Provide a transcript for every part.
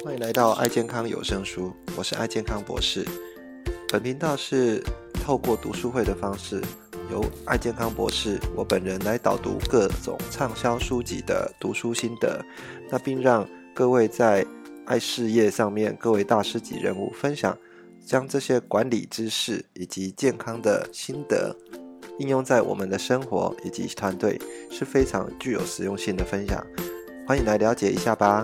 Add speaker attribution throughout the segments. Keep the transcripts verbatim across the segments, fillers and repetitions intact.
Speaker 1: 欢迎来到爱健康有声书，我是爱健康博士。本频道是透过读书会的方式，由爱健康博士我本人来导读各种畅销书籍的读书心得，那并让各位在爱事业上面各位大师级人物分享，将这些管理知识以及健康的心得应用在我们的生活以及团队，是非常具有实用性的分享。欢迎来了解一下吧。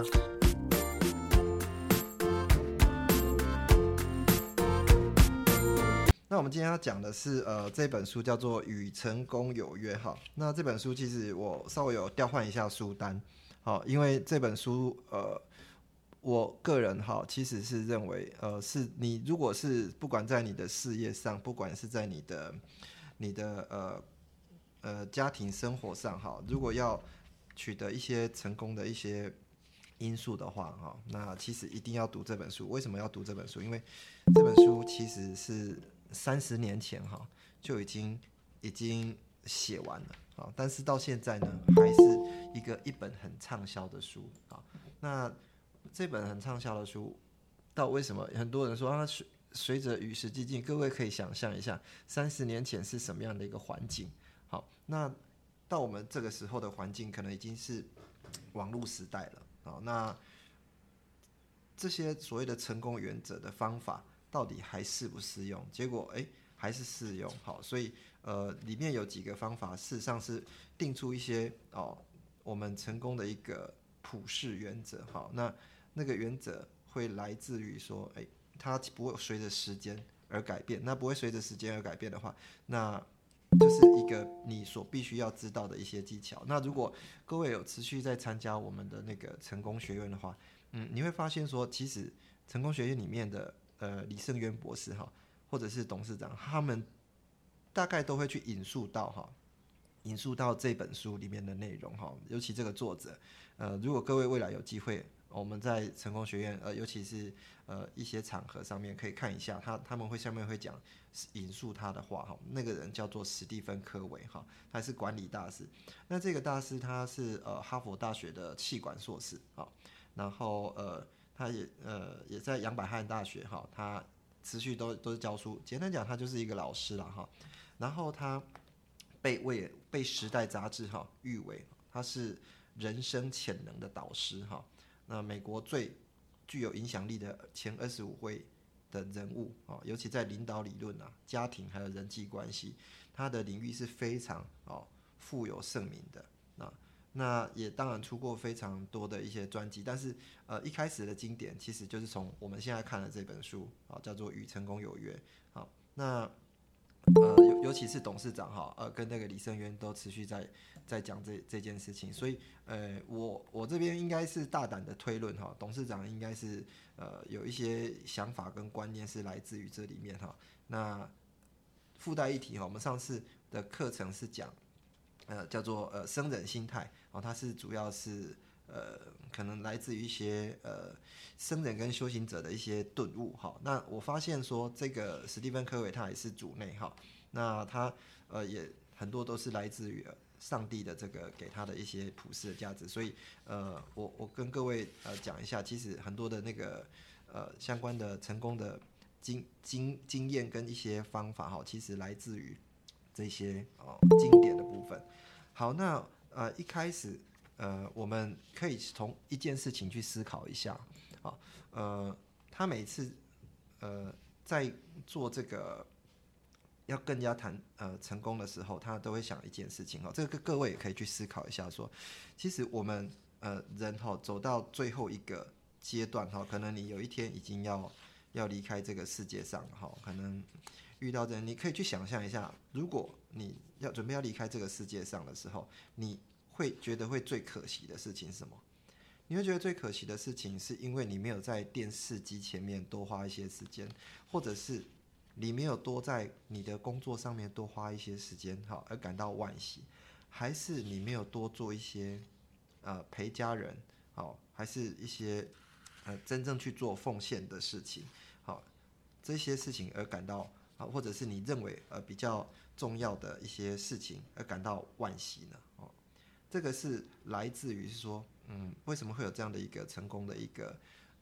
Speaker 1: 那我们今天要讲的是，呃，这本书叫做《与成功有约》哈。那这本书其实我稍微有调换一下书单，好，因为这本书，呃，我个人哈其实是认为，呃，是你如果是不管在你的事业上，不管是在你的你的呃呃家庭生活上哈，如果要取得一些成功的一些因素的话哈，那其实一定要读这本书。为什么要读这本书？因为这本书其实是三十年前哈就已经已经写完了啊，但是到现在呢，还是一个一本很畅销的书啊。那这本很畅销的书，到为什么很多人说啊，随随着与时俱进，各位可以想象一下，三十年前是什么样的一个环境？好，那到我们这个时候的环境，可能已经是网络时代了。好，那这些所谓的成功原则的方法，到底还适不适用？结果，哎，还是适用。好，所以呃，里面有几个方法，事实上是定出一些哦，我们成功的一个普世原则。好，那那个原则会来自于说，哎，它不会随着时间而改变。那不会随着时间而改变的话，那就是一个你所必须要知道的一些技巧。那如果各位有持续在参加我们的那个成功学院的话，嗯，你会发现说，其实成功学院里面的呃李胜渊博士哈，或者是董事长，他们大概都会去引述到哈，引述到这本书里面的内容哈，尤其这个作者，呃，如果各位未来有机会，我们在成功学院，呃，尤其是呃一些场合上面可以看一下，他他们会下面会讲引述他的话哈，那个人叫做史蒂芬科维哈，他是管理大师。那这个大师他是呃哈佛大学的气管硕士哈，然后呃他也呃也在杨百翰大学哈，他持续都都是教书，简单讲他就是一个老师啦哈，然后他被为被时代杂志哈誉为他是人生潜能的导师哈。那美国最具有影响力的前二十五位的人物啊，尤其在领导理论啊、家庭还有人际关系，他的领域是非常哦富有盛名的啊。那也当然出过非常多的一些专辑，但是呃一开始的经典其实就是从我们现在看的这本书啊，叫做《与成功有约》。好，那呃尤尤其是董事长哈，呃跟那个李胜渊都持续在在讲这这件事情，所以呃我我这边应该是大胆的推论哈，董事长应该是呃有一些想法跟观念是来自于这里面哈。那附带一提哈，我们上次的课程是讲呃叫做呃生人心态哦，它是主要是呃可能来自于一些呃僧人跟修行者的一些顿悟哈。那我发现说这个史蒂芬科维他也是主内哈，那他呃也很多都是来自于上帝的这个给他的一些普世的价值，所以呃我我跟各位呃讲一下，其实很多的那个呃相关的成功的经经经验跟一些方法哈，其实来自于这些哦经典的部分。好，那呃一开始呃我们可以从一件事情去思考一下，好，呃他每次呃在做这个要更加谈呃成功的时候，他都会想一件事情哦，这个各位也可以去思考一下说，其实我们呃人哈走到最后一个阶段哈，可能你有一天已经要要离开这个世界上哈，可能遇到人，你可以去想象一下，如果你要准备要离开这个世界上的时候，你会觉得会最可惜的事情是什么？你会觉得最可惜的事情是因为你没有在电视机前面多花一些时间，或者是你没有多在你的工作上面多花一些时间，好而感到惋惜，还是你没有多做一些呃陪家人，好，还是一些呃真正去做奉献的事情，好，这些事情而感到啊，或者是你认为呃比较重要的一些事情而感到惋惜呢？哦，这个是来自于说，嗯，为什么会有这样的一个成功的一个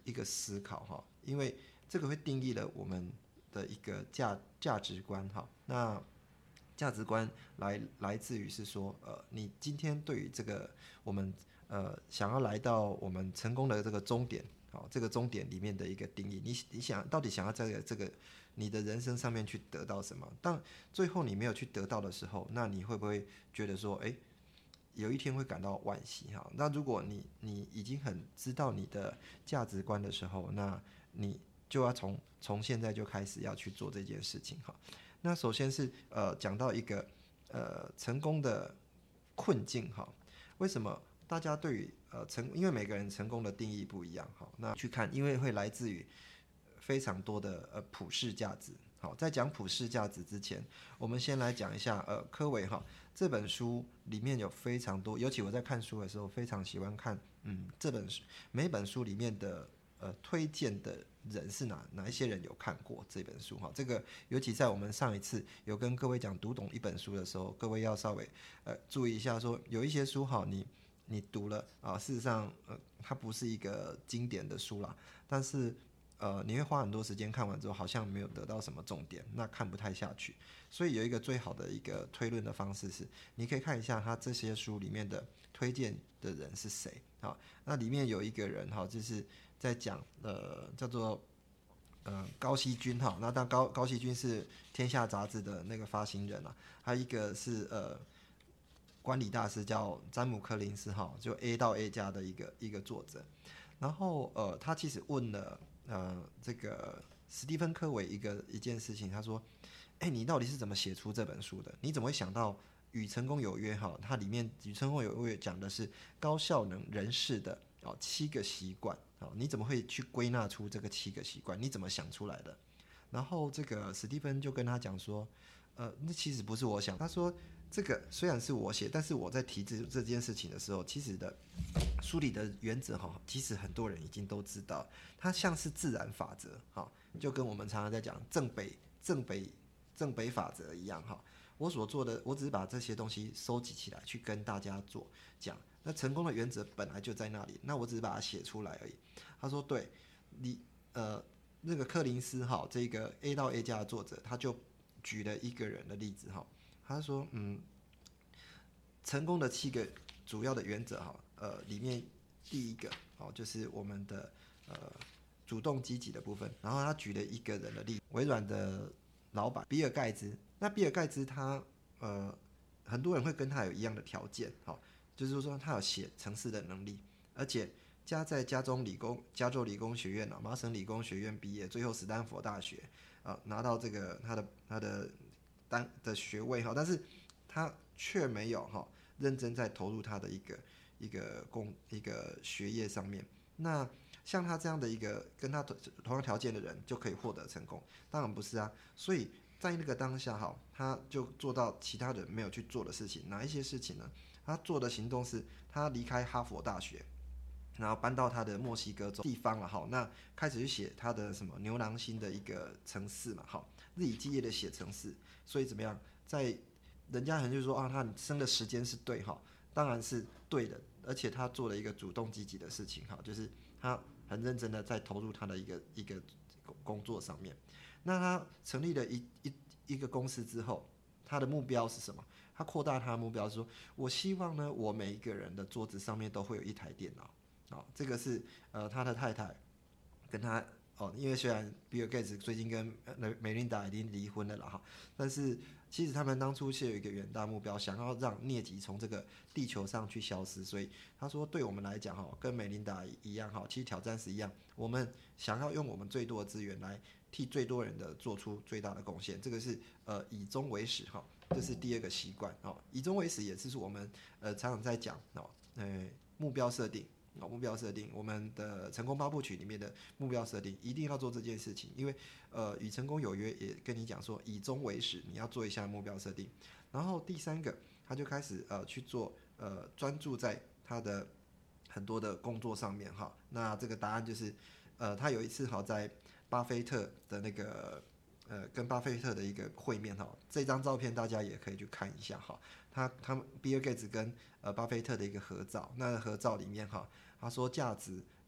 Speaker 1: 一个思考哈，因为这个会定义了我们的一个价价值观哈。那价值观来来自于是说，呃，你今天对于这个我们呃想要来到我们成功的这个终点，好，这个终点里面的一个定义，你你想到底想要在这个这个你的人生上面去得到什么？当最后你没有去得到的时候，那你会不会觉得说，哎，有一天会感到惋惜哈？那如果你你已经很知道你的价值观的时候，那你就要从从现在就开始要去做这件事情哈。那首先是呃讲到一个呃成功的困境哈，为什么大家对于呃成，因为每个人成功的定义不一样哈，那去看，因为会来自于非常多的呃普世价值。好，在讲普世价值之前，我们先来讲一下呃科维哈这本书里面有非常多，尤其我在看书的时候非常喜欢看嗯这本书每本书里面的呃推荐的人是哪哪一些人有看过这本书哈？这个尤其在我们上一次有跟各位讲读懂一本书的时候，各位要稍微呃注意一下说，有一些书哈，你你读了啊，事实上呃它不是一个经典的书啦，但是呃你会花很多时间看完之后，好像没有得到什么重点，那看不太下去。所以有一个最好的一个推论的方式是，你可以看一下他这些书里面的推荐的人是谁啊？那里面有一个人哈，就是在讲呃叫做呃高希均哈，那当高高希均是天下杂志的那个发行人啊，还有一个是呃管理大师叫詹姆柯林斯哈，就 A 到 A 加的一个一个作者。然后呃他其实问了呃这个史蒂芬科维一个一件事情，他说，哎，你到底是怎么写出这本书的？你怎么会想到与成功有约哈？它里面与成功有约讲的是高效能人士的哦七个习惯啊，你怎么会去归纳出这个七个习惯？你怎么想出来的？然后这个史蒂芬就跟他讲说，呃，那其实不是我想，他说这个虽然是我写，但是我在提这这件事情的时候，其实的书里的原则哈，其实很多人已经都知道，它像是自然法则哈，就跟我们常常在讲正北正北正北法则一样哈。我所做的，我只是把这些东西收集起来，去跟大家做讲。那成功的原则本来就在那里，那我只是把它写出来而已。他说，对你呃那个柯林斯哈，这个 A 到 A 加的作者，他就举了一个人的例子哈，他说嗯，成功的七个主要的原则哈，呃里面第一个哦就是我们的呃主动积极的部分，然后他举了一个人的例子，微软的老板比尔盖茨。那比尔盖茨他呃很多人会跟他有一样的条件，好，就是说他有写程式的能力，而且家在加州理工加州理工学院啊，麻省理工学院毕业，最后斯坦福大学啊拿到这个他的他的单的学位哈，但是他却没有哈认真在投入他的一个一个工一个学业上面。那像他这样的一个跟他同样条件的人就可以获得成功？当然不是啊。所以在那个当下哈，他就做到其他人没有去做的事情。哪一些事情呢？他做的行动是，他离开哈佛大学，然后搬到他的墨西哥州地方了哈，那开始去写他的什么牛郎星的一个程式嘛，哈，日以继夜的写程式。所以怎么样，在人家很就说啊，他生的时间是对哈，当然是对的，而且他做了一个主动积极的事情哈，就是他很认真的在投入他的一个一个工作上面。那他成立了一一一个公司之后，他的目标是什么？他扩大他的目标，说我希望呢，我每一个人的桌子上面都会有一台电脑。哦，这个是呃他的太太跟他哦，因为虽然比尔盖茨最近跟梅琳达已经离婚了啦哈，但是其实他们当初是有一个远大目标，想要让疟疾从这个地球上去消失。所以他说，对我们来讲哈，跟梅琳达一样哈，其实挑战是一样，我们想要用我们最多的资源来替最多人的做出最大的贡献。这个是呃以终为始哈，这是第二个习惯哦。以终为始也是我们呃常常在讲哦，呃目标设定。目标设定，我们的成功八部曲里面的目标设定，一定要做这件事情，因为呃，与成功有约也跟你讲说，以终为始，你要做一下目标设定。然后第三个，他就开始呃去做呃专注在他的很多的工作上面哈。那这个答案就是呃，他有一次好在巴菲特的那个呃跟巴菲特的一个会面哈，这张照片大家也可以去看一下哈。他他们比尔盖茨跟呃巴菲特的一个合照，那合照里面哈。他说价值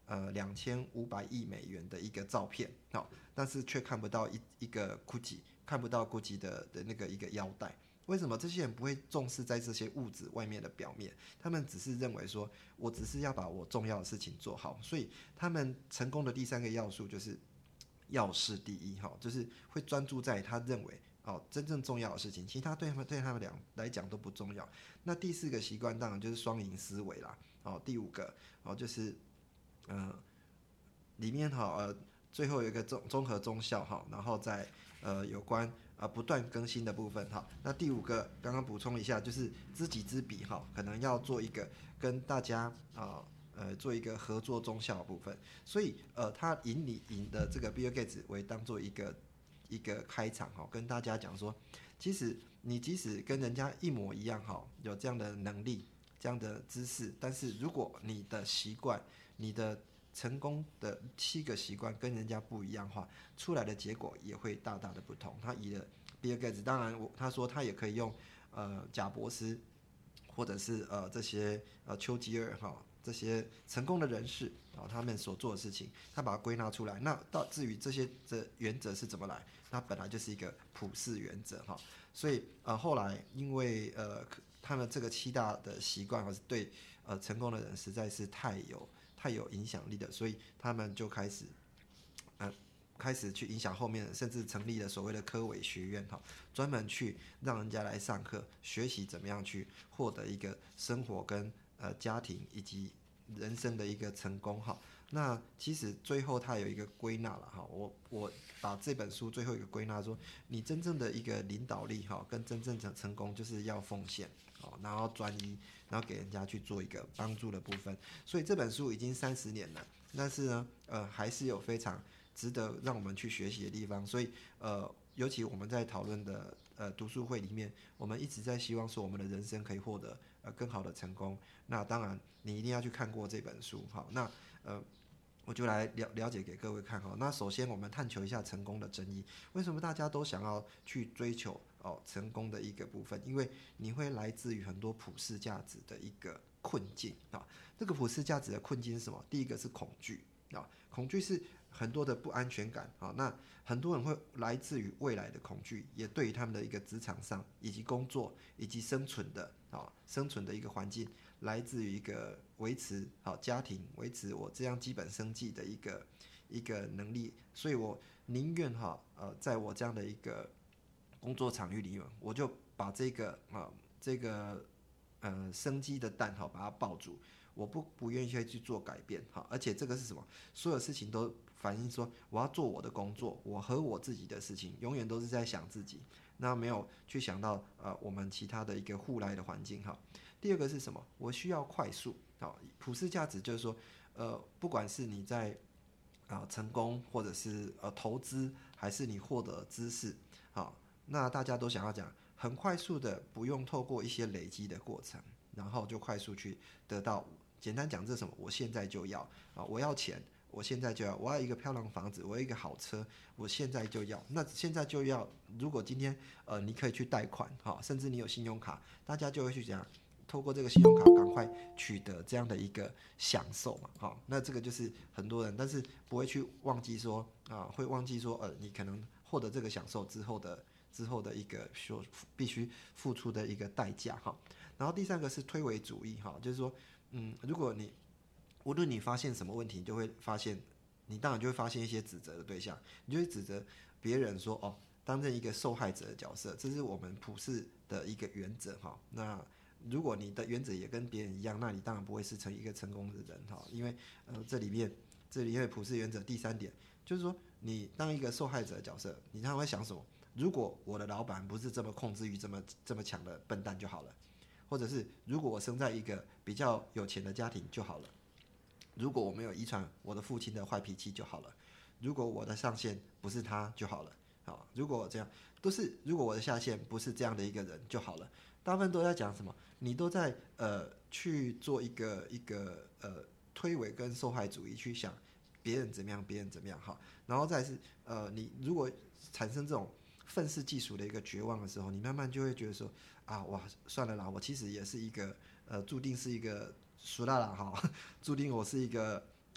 Speaker 1: 呃两千五百亿美元的一个照片，好、但是却看不到一一个 Gucci， 看不到 Gucci 的的那个一个腰带。为什么这些人不会重视在这些物质外面的表面？他们只是认为说，我只是要把我重要的事情做好，所以他们成功的第三个要素就是要事第一，哈，就是会专注在他认为哦真正重要的事情，其他对他们对他们俩来讲都不重要。那第四个习惯当然就是双赢思维啦，哦，第五个哦就是呃里面哈呃最后有一个综综合中效哈，然后再呃有关呃不断更新的部分哈。那第五个刚刚补充一下，就是知己知彼哈，可能要做一个跟大家啊。呃，做一个合作中效的部分，所以呃，他引你引的这个 Bill Gates 为当做一个一个开场哈，跟大家讲说，其实你即使跟人家一模一样哈，有这样的能力、这样的知识，但是如果你的习惯、你的成功的七个习惯跟人家不一样的话，出来的结果也会大大的不同。他以了 Bill Gates， 当然我他说他也可以用呃贾伯斯或者是呃这些呃丘吉尔哈。这些成功的人士啊，他们所做的事情，他把它归纳出来。那到至于这些的原则是怎么来，那本来就是一个普世原则哈。所以呃后来因为呃他们这个七大的习惯，或是对呃成功的人实在是太有太有影响力的，所以他们就开始呃开始去影响后面，甚至成立了所谓的科伟学院哈，专门去让人家来上课学习怎么样去获得一个生活跟呃家庭以及人生的一个成功哈。那其实最后他有一个归纳了哈，我我把这本书最后一个归纳说，你真正的一个领导力哈，跟真正的成功就是要奉献哦，然后专一，然后给人家去做一个帮助的部分。所以这本书已经三十年了，但是呢，呃，还是有非常值得让我们去学习的地方。所以呃，尤其我们在讨论的呃读书会里面，我们一直在希望说我们的人生可以获得呃更好的成功。那当然你一定要去看过这本书，好，那呃。我就来了了解给各位看哈。那首先我们探求一下成功的争议，为什么大家都想要去追求哦成功的一个部分？因为你会来自于很多普世价值的一个困境啊。这个普世价值的困境是什么？第一个是恐惧啊，恐惧是很多的不安全感啊。那很多人会来自于未来的恐惧，也对于他们的一个职场上以及工作以及生存的啊生存的一个环境。来自于一个维持好家庭、维持我这样基本生计的一个一个能力，所以我宁愿哈呃，在我这样的一个工作场域里面，我就把这个啊、呃、这个呃生机的蛋哈把它抱住，我不不愿意去做改变哈，而且这个是什么？所有事情都反映说我要做我的工作，我和我自己的事情，永远都是在想自己，那没有去想到呃我们其他的一个互赖的环境哈。第二个是什么？我需要快速。好，普世价值就是说，呃，不管是你在啊、呃、成功，或者是呃投资，还是你获得知识，好，那大家都想要讲很快速的，不用透过一些累积的过程，然后就快速去得到。简单讲，这是什么？我现在就要啊，我要钱。我现在就要，我要一个漂亮房子，我要一个好车，我现在就要。那现在就要，如果今天呃你可以去贷款，哈，甚至你有信用卡，大家就会去讲，透过这个信用卡赶快取得这样的一个享受嘛，好，那这个就是很多人，但是不会去忘记说啊，会忘记说呃，你可能获得这个享受之后的之后的一个所必须付出的一个代价哈。然后第三个是推诿主义哈，就是说，嗯，如果你无论你发现什么问题，你就会发现，你当然就会发现一些指责的对象，你就会指责别人说哦，担任一个受害者的角色，这是我们普世的一个原则哈。那如果你的原则也跟别人一样，那你当然不会是成一个成功的人哈，因为呃这里面这里因为普世原则第三点就是说，你当一个受害者的角色，你常常会想什么？如果我的老板不是这么控制欲这么这么强的笨蛋就好了，或者是如果我生在一个比较有钱的家庭就好了。如果我没有遗传我的父亲的坏脾气就好了，如果我的上线不是他就好了，好，如果我这样都是，如果我的下线不是这样的一个人就好了。大部分都在讲什么？你都在呃去做一个一个呃推诿跟受害主义，去想别人怎么样，别人怎么样哈，然后再是呃你如果产生这种愤世嫉俗的一个绝望的时候，你慢慢就会觉得说啊哇算了啦，我其实也是一个呃注定是一个俗啦啦哈，注定我是一个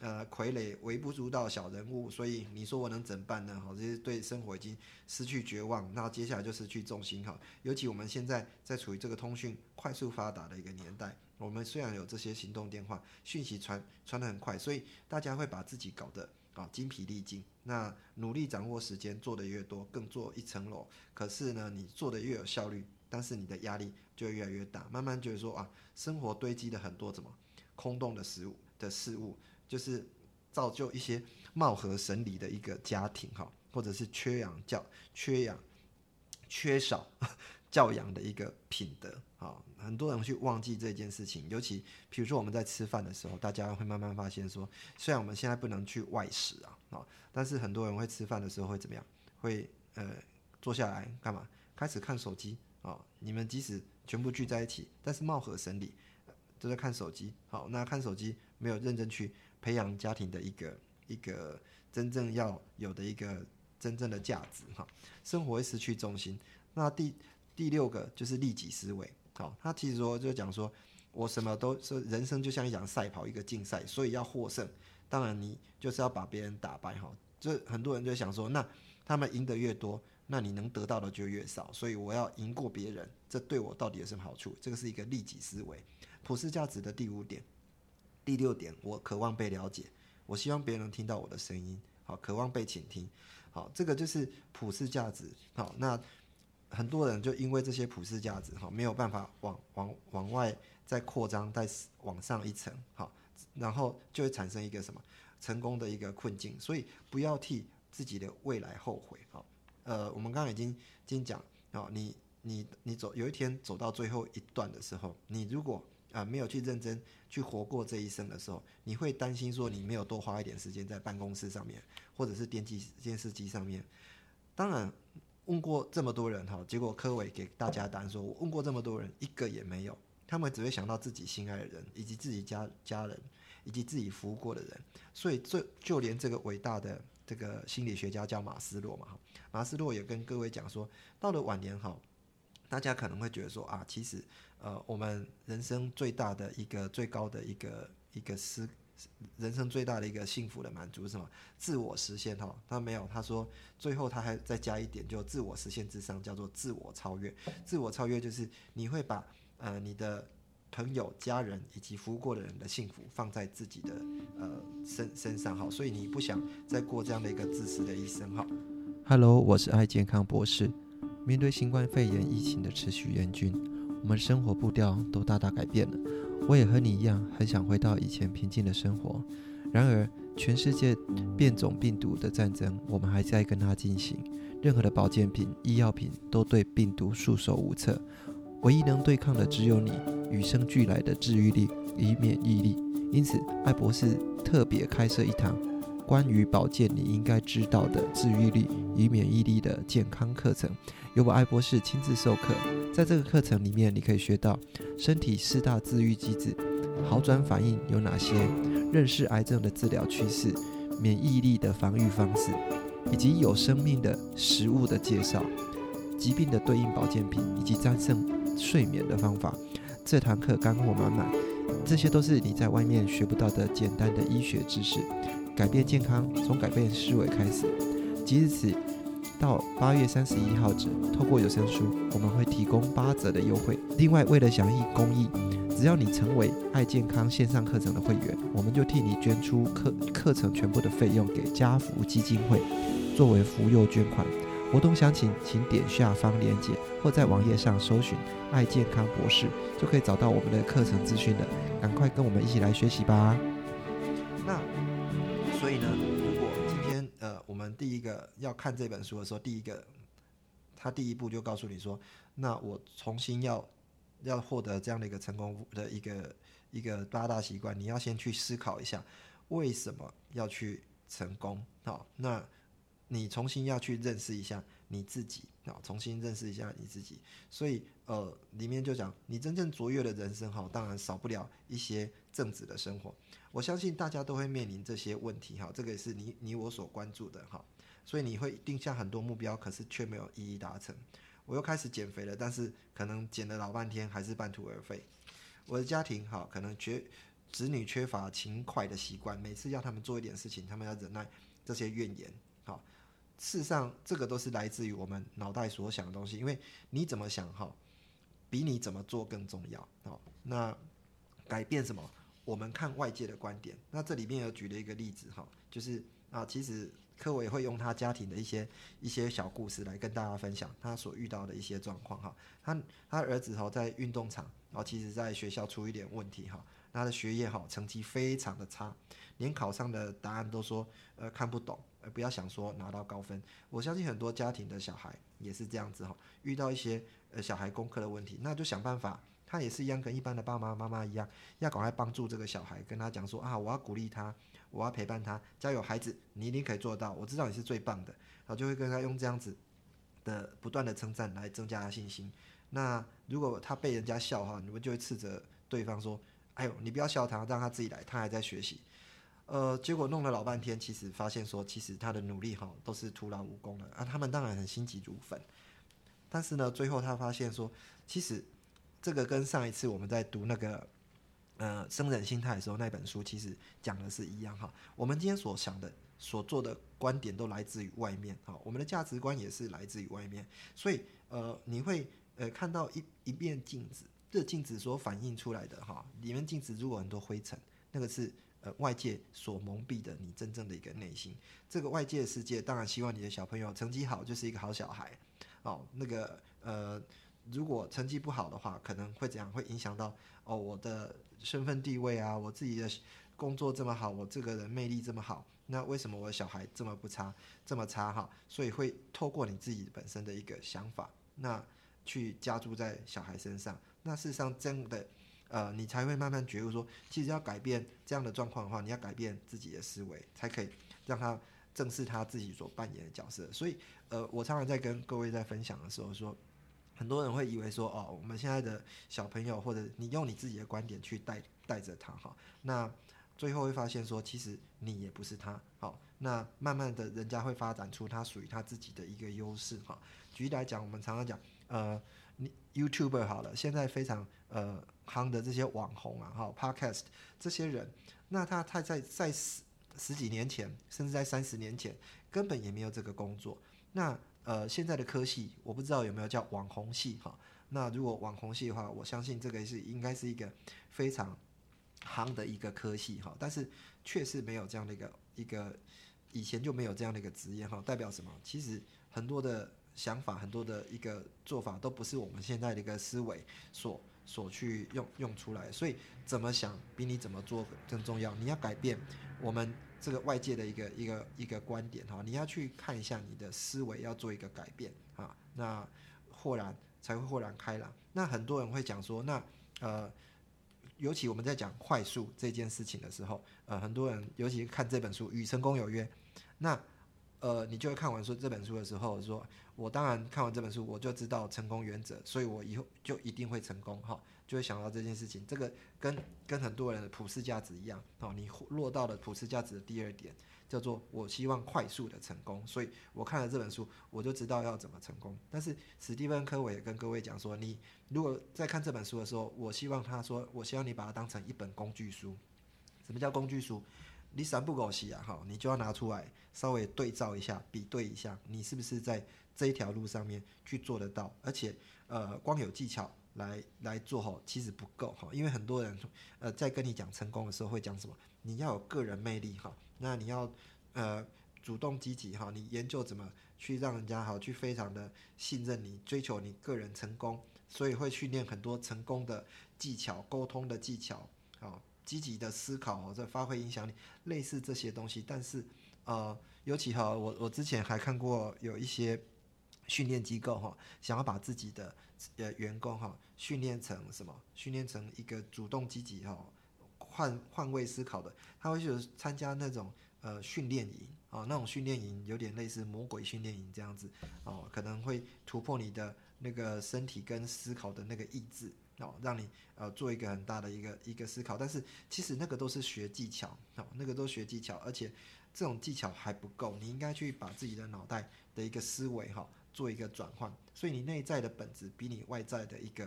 Speaker 1: 呃傀儡微不足道小人物，所以你说我能怎么办呢？好，这些对生活已经失去绝望，那接下来就失去重心哈。尤其我们现在在处于这个通讯快速发达的一个年代，我们虽然有这些行动电话，讯息传传得很快，所以大家会把自己搞得啊精疲力尽。那努力掌握时间，做得越多，更做一层楼。可是呢，你做得越有效率，但是你的压力就会越来越大，慢慢觉得说啊，生活堆积了很多怎么空洞的食物的事物。就是造就一些貌合神离的一个家庭哈，或者是缺养教、缺养、缺少教养的一个品德啊。很多人去忘记这件事情，尤其比如说我们在吃饭的时候，大家会慢慢发现说，虽然我们现在不能去外食啊，但是很多人会吃饭的时候会怎么样？会呃坐下来干嘛？开始看手机啊。你们即使全部聚在一起，但是貌合神离，都在看手机。好，那看手机没有认真去培养家庭的一个一个真正要有的一个真正的价值哈，生活会失去重心。那第第六个就是利己思维，好，他其实说就讲说，我什么都是人生就像一场赛跑，一个竞赛，所以要获胜，当然你就是要把别人打败哈。这很多人就想说，那他们赢得越多，那你能得到的就越少，所以我要赢过别人，这对我到底有什么好处？这个是一个利己思维。普世价值的第五点。第六点，我渴望被了解，我希望别人能听到我的声音，好，渴望被倾听，好，这个就是普世价值。好，那很多人就因为这些普世价值，好，没有办法往往往外再扩张，再往上一层，好，然后就会产生一个什么成功的一个困境。所以不要替自己的未来后悔。好，呃，我们刚刚已经已经讲，好，你你你走有一天走到最后一段的时候，你如果啊、呃，没有去认真去活过这一生的时候，你会担心说你没有多花一点时间在办公室上面，或者是电机电视机上面。当然，问过这么多人哈，结果柯伟给大家答案说，我问过这么多人，一个也没有。他们只会想到自己心爱的人，以及自己家家人，以及自己服务过的人。所以这就连这个伟大的这个心理学家叫马斯洛嘛，马斯洛也跟各位讲说，到了晚年哈，大家可能会觉得说啊，其实呃，我们人生最大的一个最高的一个一个思，人生最大的一个幸福的满足是什么？自我实现哈。他没有，他说最后他还再加一点，就自我实现之上叫做自我超越。自我超越就是你会把呃你的朋友、家人以及服务过的人的幸福放在自己的呃身身上哈，所以你不想再过这样的一个自私的一生哈。
Speaker 2: Hello， 我是爱健康博士。面对新冠肺炎疫情的持续严峻，我们生活步调都大大改变了。我也和你一样，很想回到以前平静的生活。然而，全世界变种病毒的战争，我们还在跟它进行。任何的保健品、医药品都对病毒束手无策。唯一能对抗的，只有你与生俱来的治愈力与免疫力。因此，艾博士特别开设一堂关于保健你应该知道的治愈力与免疫力的健康课程，由我艾博士亲自授课。在这个课程里面，你可以学到身体四大自愈机制、好转反应有哪些、认识癌症的治疗趋势、免疫力的防御方式，以及有生命的食物的介绍、疾病的对应保健品，以及战胜睡眠的方法。这堂课干货满满，这些都是你在外面学不到的简单的医学知识。改变健康，从改变思维开始。即日起到八月三十一号止，透过有声书，我们会提供八折的优惠。另外，为了响应公益，只要你成为爱健康线上课程的会员，我们就替你捐出课课程全部的费用给家福基金会，作为福佑捐款。活动详情请点下方链接，或在网页上搜寻爱健康博士，就可以找到我们的课程资讯了。赶快跟我们一起来学习吧。
Speaker 1: 那所以呢，如果今天呃我们第一个要看这本书的时候，第一个他第一步就告诉你说，那我重新要要获得这样的一个成功的一个一个八大习惯，你要先去思考一下为什么要去成功。好，那你重新要去认识一下你自己，重新认识一下你自己。所以呃，里面就讲你真正卓越的人生，当然少不了一些正直的生活。我相信大家都会面临这些问题，这个也是你你我所关注的。所以你会定下很多目标，可是却没有一一达成。我又开始减肥了，但是可能减了老半天还是半途而废。我的家庭好，可能缺子女缺乏勤快的习惯，每次要他们做一点事情，他们要忍耐这些怨言。好，事实上这个都是来自于我们脑袋所想的东西，因为你怎么想哈，比你怎么做更重要。好，那改变什么？我们看外界的观点。那这里面有举了一个例子哈，就是啊，其实柯伟会用他家庭的一些一些小故事来跟大家分享他所遇到的一些状况哈。他他儿子哈在运动场，然后其实在学校出一点问题哈，他的学业好成绩非常的差，连考上的答案都说呃看不懂，呃不要想说拿到高分。我相信很多家庭的小孩也是这样子哈，遇到一些呃小孩功课的问题，那就想办法。他也是一样，跟一般的爸妈妈妈一样，要赶快帮助这个小孩，跟他讲说啊，我要鼓励他，我要陪伴他，加油，孩子，你一定可以做到，我知道你是最棒的，然后就会跟他用这样子的不断的称赞来增加他信心。那如果他被人家笑哈，你们就会斥责对方说，哎呦，你不要笑他，让他自己来，他还在学习。呃，结果弄了老半天，其实发现说，其实他的努力哈都是徒劳无功的啊。他们当然很心急如焚，但是呢，最后他发现说，其实这个跟上一次我们在读那个呃生人心态的时候那本书，其实讲的是一样哈。我们今天所想的、所做的观点都来自于外面哈，我们的价值观也是来自于外面，所以呃你会呃看到一一面镜子，这镜子所反映出来的哈，里面镜子如果很多灰尘，那个是呃外界所蒙蔽的你真正的一个内心。这个外界的世界当然希望你的小朋友成绩好，就是一个好小孩哦，那个呃。如果成绩不好的话，可能会怎样？会影响到哦我的身份地位啊，我自己的工作这么好，我这个人魅力这么好，那为什么我的小孩这么不差，这么差哈？所以会透过你自己本身的一个想法，那去加注在小孩身上。那事实上真的，呃，你才会慢慢觉悟说，其实要改变这样的状况的话，你要改变自己的思维，才可以让他正视他自己所扮演的角色。所以，呃，我常常在跟各位在分享的时候说。很多人会以为说，哦，我们现在的小朋友，或者你用你自己的观点去带带着他哈，那最后会发现说，其实你也不是他，好，那慢慢的人家会发展出他属于他自己的一个优势哈。举例来讲，我们常常讲，呃，你 YouTuber 好了，现在非常呃夯的这些网红啊，哈 ，Podcast 这些人，那他他在在十十几年前，甚至在三十年前，根本也没有这个工作，那。呃，现在的科系我不知道有没有叫网红系哈。那如果网红系的话，我相信这个是应该是一个非常夯的一个科系哈。但是确实没有这样的一个一个，以前就没有这样的一个职业哈。代表什么？其实很多的想法，很多的一个做法，都不是我们现在的一个思维所所去用用出来。所以怎么想比你怎么做更重要。你要改变我们。这个外界的一个一个一个观点哈，你要去看一下你的思维要做一个改变啊，那豁然才会豁然开朗。那很多人会讲说，那呃，尤其我们在讲快速这件事情的时候，呃，很多人尤其看这本书《与成功有约》，那呃，你就会看完说这本书的时候说，我当然看完这本书我就知道成功原则，所以我以后就一定会成功哈。就会想到这件事情，这个跟跟很多人的普世价值一样，哦，你落到了普世价值的第二点，叫做我希望快速的成功，所以我看了这本书，我就知道要怎么成功。但是史蒂芬·科维也跟各位讲说，你如果在看这本书的时候，我希望他说，我希望你把它当成一本工具书。什么叫工具书？你三不狗洗啊，哈，你就要拿出来稍微对照一下，比对一下，你是不是在这一条路上面去做得到？而且，呃，光有技巧。来来做吼，其实不够哈，因为很多人呃在跟你讲成功的时候会讲什么？你要有个人魅力哈，那你要呃主动积极哈，你研究怎么去让人家好去非常的信任你，追求你个人成功，所以会训练很多成功的技巧、沟通的技巧，啊，积极的思考，这发挥影响力，类似这些东西。但是呃，尤其哈，我我之前还看过有一些。训练机构哈，想要把自己的呃员工哈训练成什么？训练成一个主动积极哈、换换位思考的，他会去参加那种呃训练营啊，那种训练营有点类似魔鬼训练营这样子哦，可能会突破你的那个身体跟思考的那个意志哦，让你呃做一个很大的一个一个思考。但是其实那个都是学技巧哦，那个都学技巧，而且这种技巧还不够，你应该去把自己的脑袋的一个思维哈。做一个转换，所以你内在的本质比你外在的一个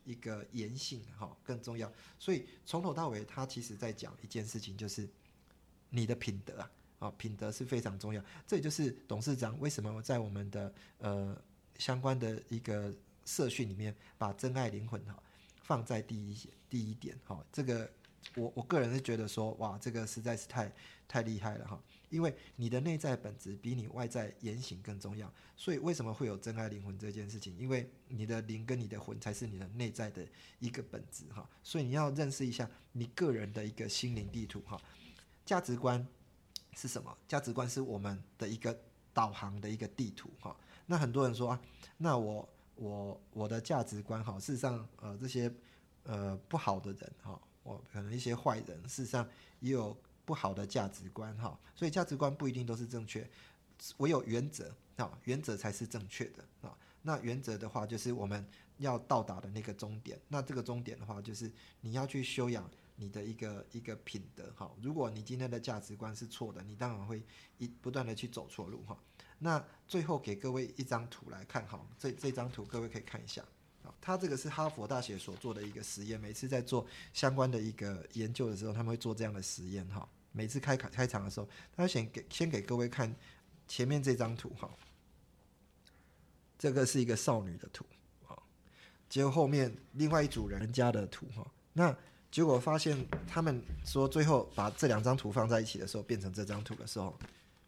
Speaker 1: 一个言行哈更重要。所以从头到尾，他其实在讲一件事情，就是你的品德啊，啊，品德是非常重要。这也就是董事长为什么在我们的呃相关的一个社训里面，把真爱灵魂哈放在第一第一点哈。这个我我个人是觉得说，哇，这个实在是太太厉害了哈。因为你的内在本质比你外在言行更重要，所以为什么会有真爱灵魂这件事情？因为你的灵跟你的魂才是你的内在的一个本质哈，所以你要认识一下你个人的一个心灵地图哈。价值观是什么？价值观是我们的一个导航的一个地图哈。那很多人说啊，那我我我的价值观哈，事实上呃这些呃不好的人哈，我可能一些坏人，事实上也有不好的价值观哈，所以价值观不一定都是正确，唯有原则啊，原则才是正确的啊。那原则的话，就是我们要到达的那个终点。那这个终点的话，就是你要去修养你的一个一个品德哈。如果你今天的价值观是错的，你当然会一不断的去走错路哈。那最后给各位一张图来看哈，这这张图各位可以看一下。他这个是哈佛大学所做的一个实验，每次在做相关的一个研究的时候，他们会做这样的实验哈。每次开开场的时候，他先给先给各位看前面这张图哈，这个是一个少女的图啊，结果后面另外一组人家的图哈，那结果发现他们说最后把这两张图放在一起的时候，变成这张图的时候，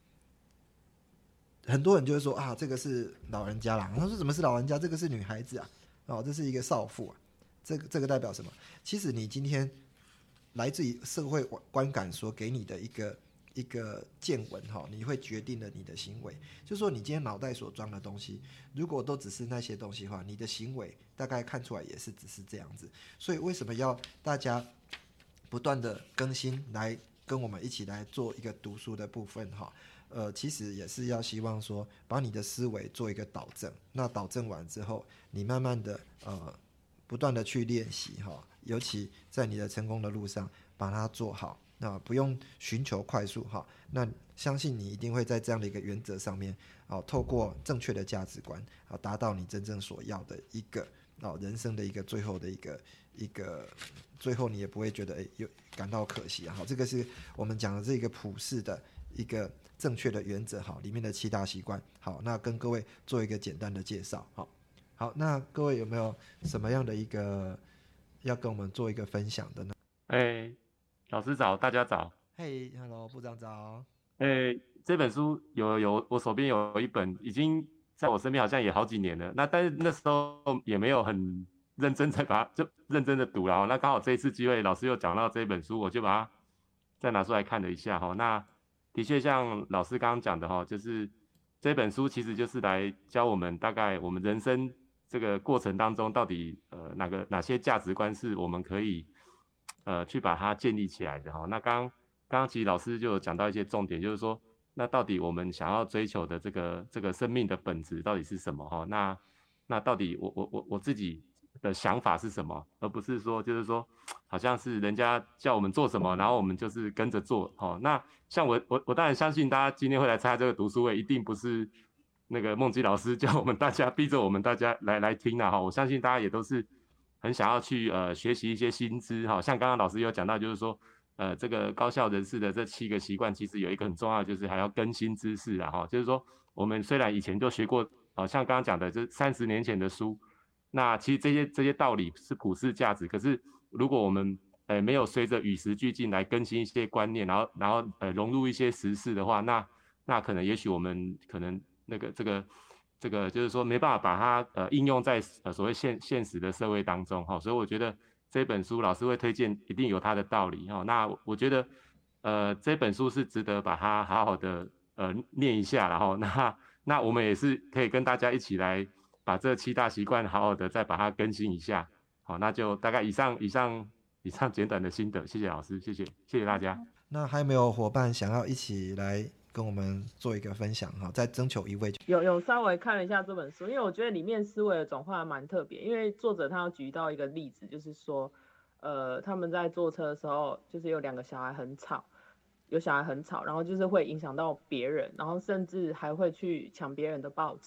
Speaker 1: 很多人就会说啊，这个是老人家啦。他说怎么是老人家？这个是女孩子啊。哦，这是一个少妇啊，这个这个代表什么？其实你今天来自于社会观感所给你的一个一个见闻哈，你会决定了你的行为。就是说你今天脑袋所装的东西，如果都只是那些东西的话，你的行为大概看出来也是只是这样子。所以为什么要大家不断的更新，来跟我们一起来做一个读书的部分哈？呃，其实也是要希望说，把你的思维做一个导正。那导正完之后，你慢慢的呃，不断的去练习哈，尤其在你的成功的路上，把它做好。那不用寻求快速哈，那相信你一定会在这样的一个原则上面，啊，透过正确的价值观，啊，达到你真正所要的一个啊人生的一个最后的一个一个，最后你也不会觉得哎有感到可惜啊。好，这个是我们讲的这个普世的一个正确的原则哈，里面的七大习惯。好，那跟各位做一个简单的介绍。好，好，那各位有没有什么样的一个要跟我们做一个分享的呢？
Speaker 3: 哎、欸，老师早，大家早。
Speaker 1: 嘿、hey, ，Hello，部长早。
Speaker 3: 哎、欸，这本书有有我手边有一本，已经在我身边好像也好几年了。那但是那时候也没有很认真在把它就认真的读了。那刚好这一次机会，老师又讲到这本书，我就把它再拿出来看了一下哈。那的确像老师刚刚讲的哈，就是这本书其实就是来教我们大概我们人生这个过程当中，到底呃哪个哪些价值观是我们可以呃去把它建立起来的哈。那刚刚刚其实老师就有讲到一些重点，就是说那到底我们想要追求的这个这个生命的本质到底是什么哈？那那到底我我我我自己的想法是什么，而不是说就是说好像是人家叫我们做什么，然后我们就是跟着做哈。那像我我我当然相信大家今天会来参加这个读书会，一定不是那个孟基老师叫我们大家逼着我们大家来来听啦哈。我相信大家也都是很想要去呃学习一些新知哈。像刚刚老师有讲到，就是说呃这个高效人士的这七个习惯，其实有一个很重要的就是还要更新知识啦哈。就是说我们虽然以前就学过，好像刚刚讲的这三十年前的书，那其实这些这些道理是普世价值，可是如果我们呃没有随着与时俱进来更新一些观念，然后然后呃融入一些时事的话，那那可能也许我们可能那个这个这个就是说没办法把它呃应用在呃所谓现现实的社会当中哈、哦，所以我觉得这本书老师会推荐，一定有它的道理哈、哦。那我觉得呃这本书是值得把它好好的呃念一下，然后那那我们也是可以跟大家一起来把这七大习惯好好的再把它更新一下。好，那就大概以上以上以上简短的心得，谢谢老师，谢谢谢谢大家。
Speaker 1: 那还有没有伙伴想要一起来跟我们做一个分享哈？再征求一位。
Speaker 4: 有有稍微看了一下这本书，因为我觉得里面思维的转换蛮特别，因为作者他有举到一个例子，就是说，呃，他们在坐车的时候，就是有两个小孩很吵，有小孩很吵，然后就是会影响到别人，然后甚至还会去抢别人的报纸。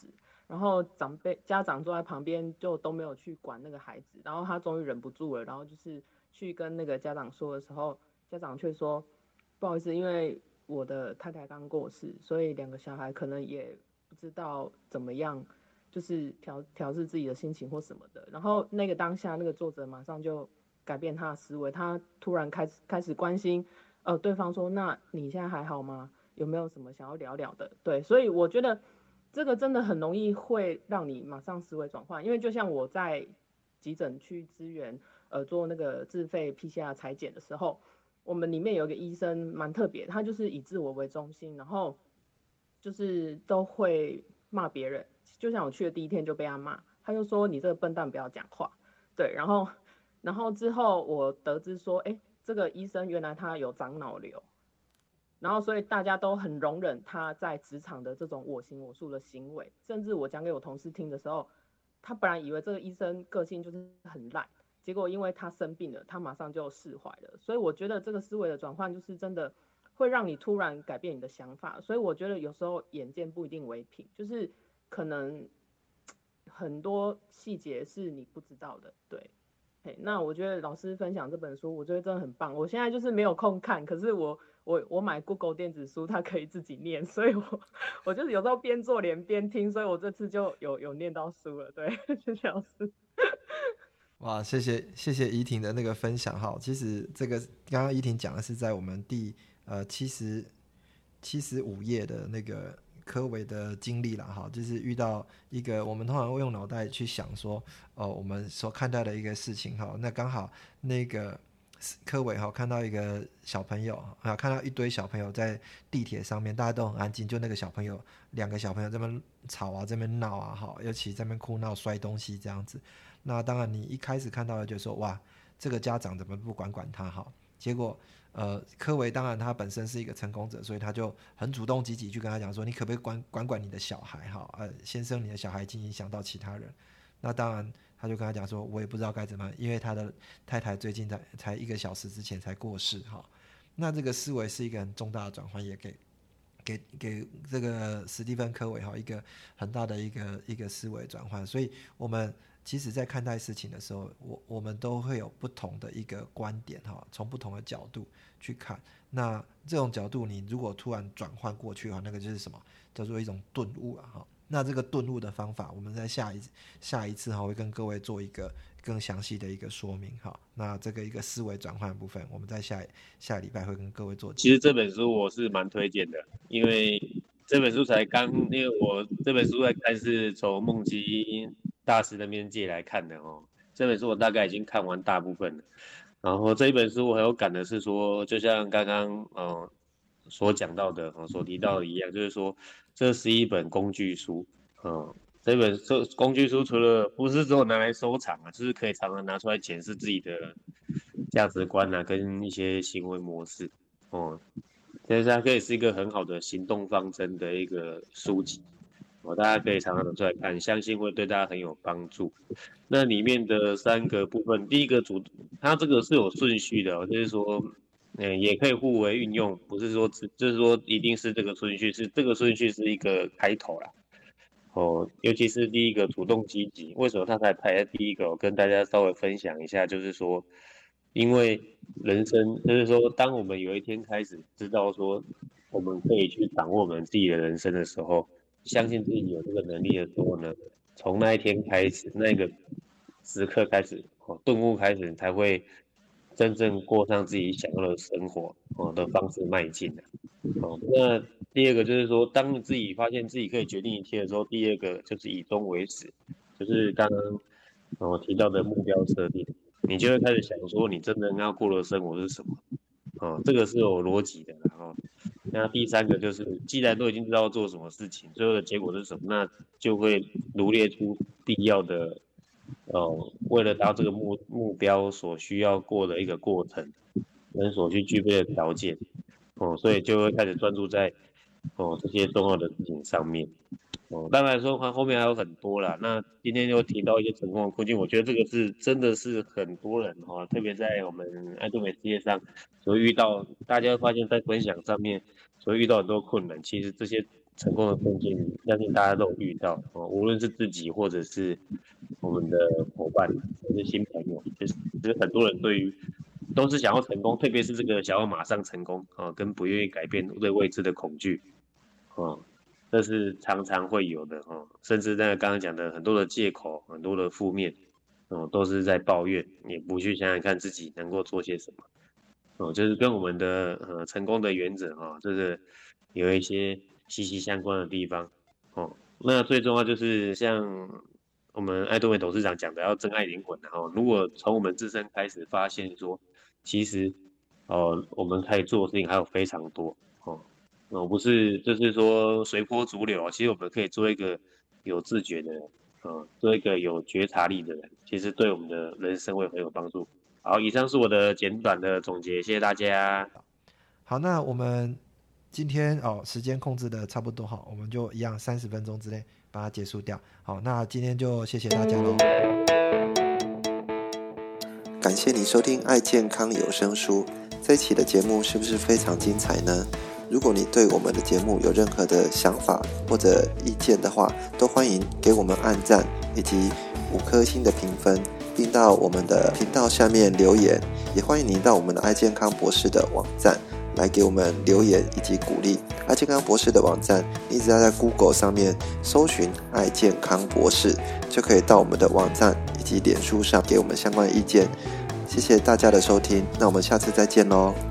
Speaker 4: 然后长辈家长坐在旁边就都没有去管那个孩子，然后他终于忍不住了，然后就是去跟那个家长说的时候，家长却说不好意思，因为我的太太刚过世，所以两个小孩可能也不知道怎么样，就是调调试自己的心情或什么的。然后那个当下，那个作者马上就改变他的思维，他突然开始开始关心，呃，对方说，那你现在还好吗？有没有什么想要聊聊的？对，所以我觉得这个真的很容易会让你马上思维转换，因为就像我在急诊去支援，呃，做那个自费 P C R 采检的时候。我们里面有一个医生蛮特别，他就是以自我为中心，然后就是都会骂别人。就像我去的第一天就被他骂，他就说你这个笨蛋不要讲话。对，然后然后之后我得知说，哎，这个医生原来他有长脑瘤，然后所以大家都很容忍他在职场的这种我行我素的行为，甚至我讲给我同事听的时候，他本来以为这个医生个性就是很烂。结果因为他生病了，他马上就释怀了。所以我觉得这个思维的转换就是真的会让你突然改变你的想法。所以我觉得有时候眼见不一定为凭，就是可能很多细节是你不知道的。对，那我觉得老师分享这本书，我觉得真的很棒。我现在就是没有空看，可是我我我买 Google 电子书，它可以自己念，所以我我就是有时候边做连边听，所以我这次就有有念到书了。对，谢谢老师。
Speaker 1: 哇，谢谢谢谢怡婷的那个分享哈。其实这个刚刚怡婷讲的是在我们第呃七十七十五页的那个科维的经历啦哈，就是遇到一个我们通常会用脑袋去想说，哦、呃，我们所看待的一个事情哈，那刚好那个科维哈看到一个小朋友啊，看到一堆小朋友在地铁上面，大家都很安静，就那个小朋友两个小朋友这边吵啊，这边闹啊哈，尤其这边哭闹摔东西这样子。那当然，你一开始看到的就说哇，这个家长怎么不管管他好？结果，呃，科维当然他本身是一个成功者，所以他就很主动积极去跟他讲说，你可不可以管管管你的小孩哈？呃，先生，你的小孩已经影响到其他人。那当然，他就跟他讲说，我也不知道该怎么，因为他的太太最近才才一个小时之前才过世哈。那这个思维是一个很重大的转换，也给给给这个史蒂芬科维哈一个很大的一个一个思维转换，所以我们。其实在看待事情的时候，我我们都会有不同的一个观点哈，从不同的角度去看。那这种角度，你如果突然转换过去的话，那个就是什么叫做一种顿悟啊哈。那这个顿悟的方法，我们在下一下一次哈会跟各位做一个更详细的一个说明哈。那这个一个思维转换的部分，我们在下下礼拜会跟各位做。
Speaker 5: 其实这本书我是蛮推荐的，因为这本书才刚，因为我这本书在看是从梦基大师那边借来看的哦。这本书我大概已经看完大部分了。然后这一本书我很有感的是说，就像刚刚呃所讲到的、呃、所提到的一样，就是说这是一本工具书。嗯、呃，这本这工具书除了不是只有拿来收藏啊，就是可以常常拿出来检视自己的价值观啊，跟一些行为模式哦。但是它可以是一个很好的行动方针的一个书籍。哦，大家可以常常拿出来看，相信会对大家很有帮助。那里面的三个部分，第一个主，它这个是有顺序的、哦，就是说，嗯，也可以互为运用，不是说只就是说一定是这个顺序，是这个顺序是一个开头啦。哦，尤其是第一个主动积极，为什么它才排在第一个？我跟大家稍微分享一下，就是说，因为人生就是说，当我们有一天开始知道说，我们可以去掌握我们自己的人生的时候。相信自己有这个能力的时候呢，从那一天开始，那个时刻开始，哦，顿悟开始，才会真正过上自己想要的生活哦的方式迈进的。哦，那第二个就是说，当你自己发现自己可以决定一切的时候，第二个就是以终为始，就是刚刚我提到的目标设定，你就会开始想说，你真正要过的生活是什么？哦，这个是有逻辑的，然后。那第三个就是，既然都已经知道做什么事情，最后的结果是什么，那就会罗列出必要的，呃，为了达到这个目目标所需要过的一个过程，跟所需具备的条件，哦，所以就会开始专注在，哦这些重要的事情上面，哦，当然说它后面还有很多啦。那今天就提到一些成功的困境，我觉得这个是真的是很多人哈、哦，特别在我们爱多美事业上所遇到，大家会发现在分享上面。所以遇到很多困难，其实这些成功的困境，相信大家都有遇到哦，无论是自己或者是我们的伙伴，或是新朋友，就是就是很多人对于都是想要成功，特别是这个想要马上成功啊，跟不愿意改变对未知的恐惧哦，这是常常会有的哦，甚至在刚刚讲的很多的借口，很多的负面哦，都是在抱怨，也不去想想看自己能够做些什么。哦，就是跟我们的呃成功的原则啊、哦，这个有一些息息相关的地方哦。那最重要就是像我们艾多美董事长讲的，要珍爱灵魂哦。如果从我们自身开始发现说，其实哦我们可以做的事情还有非常多哦，哦不是就是说随波逐流，其实我们可以做一个有自觉的人，哦，做一个有觉察力的人，其实对我们的人生会很有帮助。好，以上是我的简短的总结，谢谢大家。
Speaker 1: 好，那我们今天哦时间控制的差不多好，我们就一样三十分钟之内把它结束掉。好，那今天就谢谢大家喽。
Speaker 2: 感谢你收听爱健康有声书，这一期的节目是不是非常精彩呢？如果你对我们的节目有任何的想法或者意见的话，都欢迎给我们按赞以及五颗星的评分，并到我们的频道下面留言，也欢迎您到我们的爱健康博士的网站来给我们留言以及鼓励。爱健康博士的网站，你只要在 Google 上面搜寻爱健康博士，就可以到我们的网站以及脸书上给我们相关的意见。谢谢大家的收听，那我们下次再见咯。